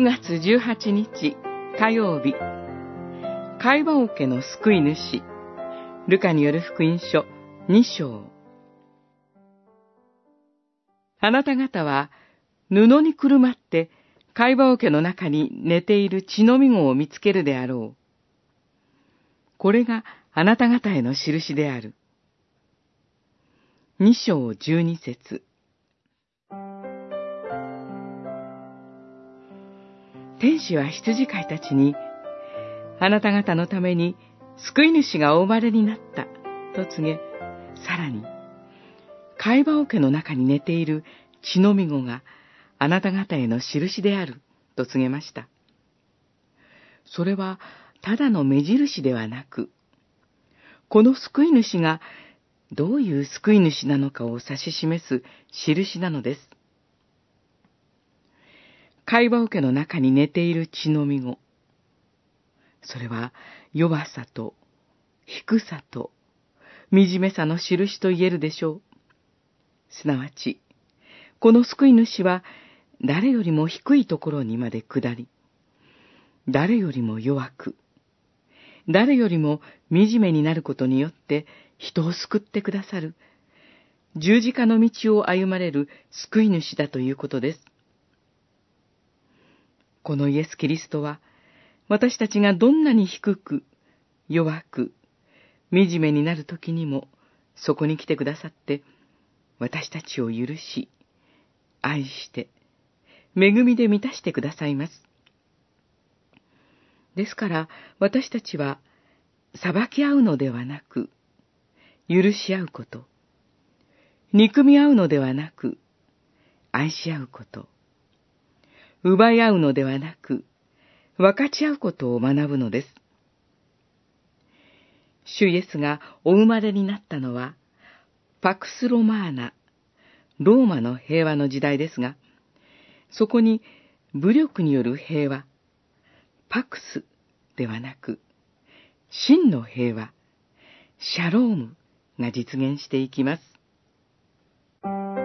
月18日火曜日、会話桶の救い主、ルカによる福音書2章。あなた方は布にくるまって会話桶の中に寝ている血のみ子を見つけるであろう。これがあなた方への印である。2章12節。天使は羊飼いたちに、あなた方のために救い主がお生まれになったと告げ、さらに、会話桶の中に寝ている血のみ子があなた方への印であると告げました。それはただの目印ではなく、この救い主がどういう救い主なのかを指し示す印なのです。会話桶の中に寝ている血のみ子。それは弱さと低さと惨めさの印と言えるでしょう。すなわち、この救い主は誰よりも低いところにまで下り、誰よりも弱く、誰よりも惨めになることによって人を救ってくださる、十字架の道を歩まれる救い主だということです。このイエス・キリストは、私たちがどんなに低く、弱く、惨めになるときにも、そこに来てくださって、私たちを許し、愛して、恵みで満たしてくださいます。ですから、私たちは、裁き合うのではなく、許し合うこと、憎み合うのではなく、愛し合うこと、奪い合うのではなく、分かち合うことを学ぶのです。主イエスがお生まれになったのは、パクスロマーナ、ローマの平和の時代ですが、そこに武力による平和、パクスではなく、真の平和、シャロームが実現していきます。